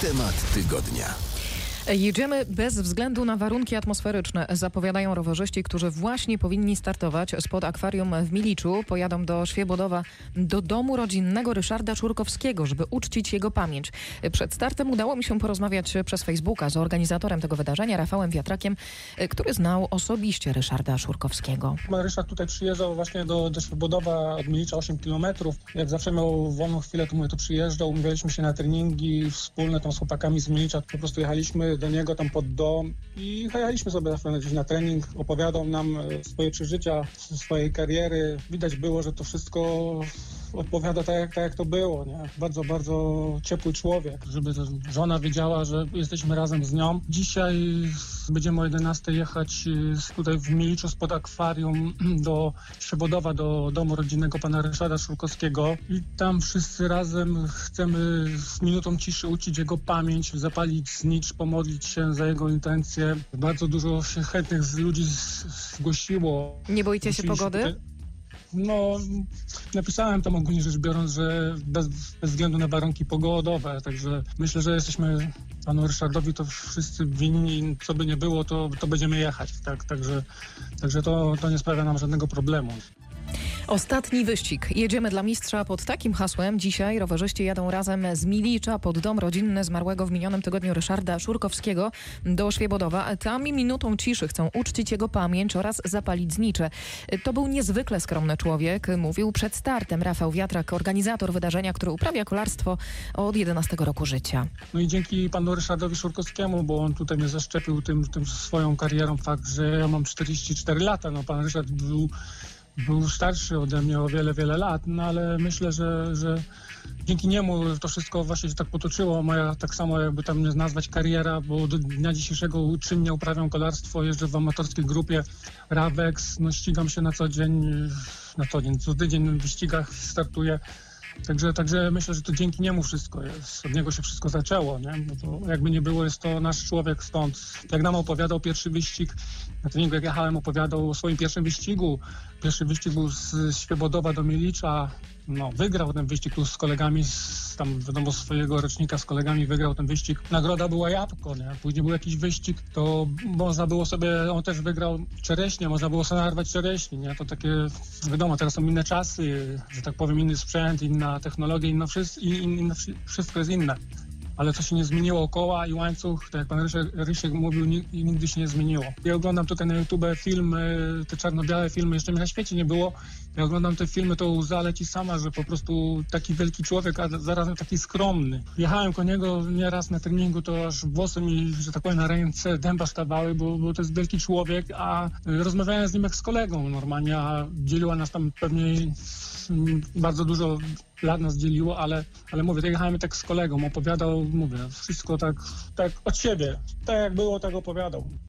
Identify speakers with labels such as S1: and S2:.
S1: Temat tygodnia.
S2: Jedziemy bez względu na warunki atmosferyczne, zapowiadają rowerzyści, którzy właśnie powinni startować spod akwarium w Miliczu. Pojadą do Świebodowa, do domu rodzinnego Ryszarda Szurkowskiego, żeby uczcić jego pamięć. Przed startem udało mi się porozmawiać przez Facebooka z organizatorem tego wydarzenia, Rafałem Wiatrakiem, który znał osobiście Ryszarda Szurkowskiego.
S3: Ryszard tutaj przyjeżdżał właśnie do Świebodowa od Milicza 8 km. Jak zawsze miał wolną chwilę, to tu przyjeżdżał, umawialiśmy się na treningi wspólne tam z chłopakami z Milicza. Po prostu jechaliśmy do niego tam pod dom i jechaliśmy sobie gdzieś na trening. Opowiadał nam swoje przeżycia, swojej kariery. Widać było, że to wszystko odpowiada tak jak to było, nie? Bardzo, bardzo ciepły człowiek, żeby żona wiedziała, że jesteśmy razem z nią. Dzisiaj będziemy o 11 jechać tutaj w Miliczu spod akwarium do Świebodowa, do domu rodzinnego pana Ryszarda Szurkowskiego i tam wszyscy razem chcemy z minutą ciszy uczcić jego pamięć, zapalić znicz, pomodlić się za jego intencje. Bardzo dużo się chętnych ludzi zgłosiło.
S2: Nie boicie się pogody?
S3: No, napisałem tam ogólnie rzecz biorąc, że bez względu na warunki pogodowe, także myślę, że jesteśmy panu Ryszardowi to wszyscy winni, co by nie było, to będziemy jechać, tak, także to nie sprawia nam żadnego problemu.
S2: Ostatni wyścig. Jedziemy dla mistrza pod takim hasłem. Dzisiaj rowerzyści jadą razem z Milicza pod dom rodzinny zmarłego w minionym tygodniu Ryszarda Szurkowskiego do Świebodowa. Tam minutą ciszy chcą uczcić jego pamięć oraz zapalić znicze. To był niezwykle skromny człowiek, mówił przed startem Rafał Wiatrak, organizator wydarzenia, który uprawia kolarstwo od 11 roku życia.
S3: No i dzięki panu Ryszardowi Szurkowskiemu, bo on tutaj mnie zaszczepił tym swoją karierą, fakt, że ja mam 44 lata. No pan Ryszard był starszy ode mnie o wiele lat, no ale myślę, że dzięki niemu to wszystko właśnie się tak potoczyło. Moja, tak samo jakby tam nie nazwać kariera, bo do dnia dzisiejszego czynnie uprawiam kolarstwo, jeżdżę w amatorskiej grupie Ravex, no ścigam się na co tydzień w wyścigach startuję. Także myślę, że to dzięki niemu wszystko jest. Od niego się wszystko zaczęło, nie? Bo to jakby nie było, jest to nasz człowiek stąd. Jak nam opowiadał pierwszy wyścig, na treningu jak jechałem, opowiadał o swoim pierwszym wyścigu. Pierwszy wyścig był z Świebodowa do Milicza. No, wygrał ten wyścig tu z kolegami, tam wiadomo swojego rocznika z kolegami wygrał ten wyścig. Nagroda była jabłko, nie? Później był jakiś wyścig, to można było sobie, on też wygrał czereśnie, można było sobie narwać czereśnie, nie? To takie, wiadomo, teraz są inne czasy, że tak powiem, inny sprzęt, inna technologia, wszystko jest inne. Ale co się nie zmieniło, koła i łańcuch, tak jak pan Rysiek mówił, nigdy się nie zmieniło. Ja oglądam tutaj na YouTube filmy, te czarno-białe filmy, jeszcze mnie na świecie nie było. Ja oglądam te filmy, to łza leci sama, że po prostu taki wielki człowiek, a zarazem taki skromny. Jechałem koło niego nieraz na treningu, to aż włosy mi, że tak powiem, na ręce dęba stawały, bo to jest wielki człowiek, a rozmawiałem z nim jak z kolegą normalnie, a dzieliła nas tam pewnie bardzo dużo lat nas dzieliło, ale mówię, jechałem tak z kolegą, opowiadał, mówię, wszystko tak od siebie, tak jak było, tak opowiadał.